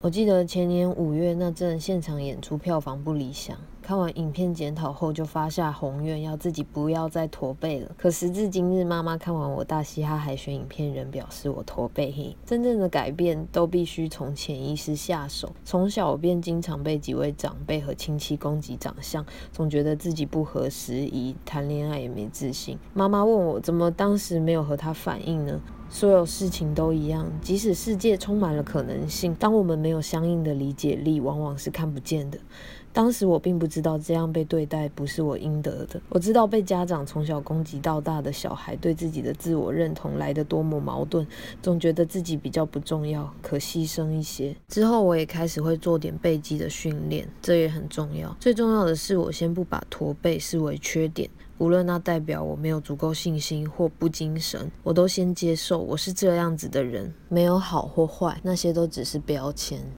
我记得前年5月那阵现场演出票房不理想，看完影片检讨后就发下宏愿，要自己不要再驼背了。可时至今日，妈妈看完我大嘻哈海选影片，仍表示我驼背。真正的改变都必须从潜意识下手。从小我便经常被几位长辈和亲戚攻击长相，总觉得自己不合时宜，谈恋爱也没自信。妈妈问我怎么当时没有和她反应呢？所有事情都一样，即使世界充满了可能性，当我们没有相应的理解力，往往是看不见的。当时我并不知道这样被对待不是我应得的。我知道被家长从小攻击到大的小孩对自己的自我认同来得多么矛盾，总觉得自己比较不重要，可牺牲一些。之后我也开始会做点背肌的训练，这也很重要。最重要的是，我先不把驼背视为缺点，无论那代表我没有足够信心或不精神，我都先接受我是这样子的人，没有好或坏，那些都只是标签。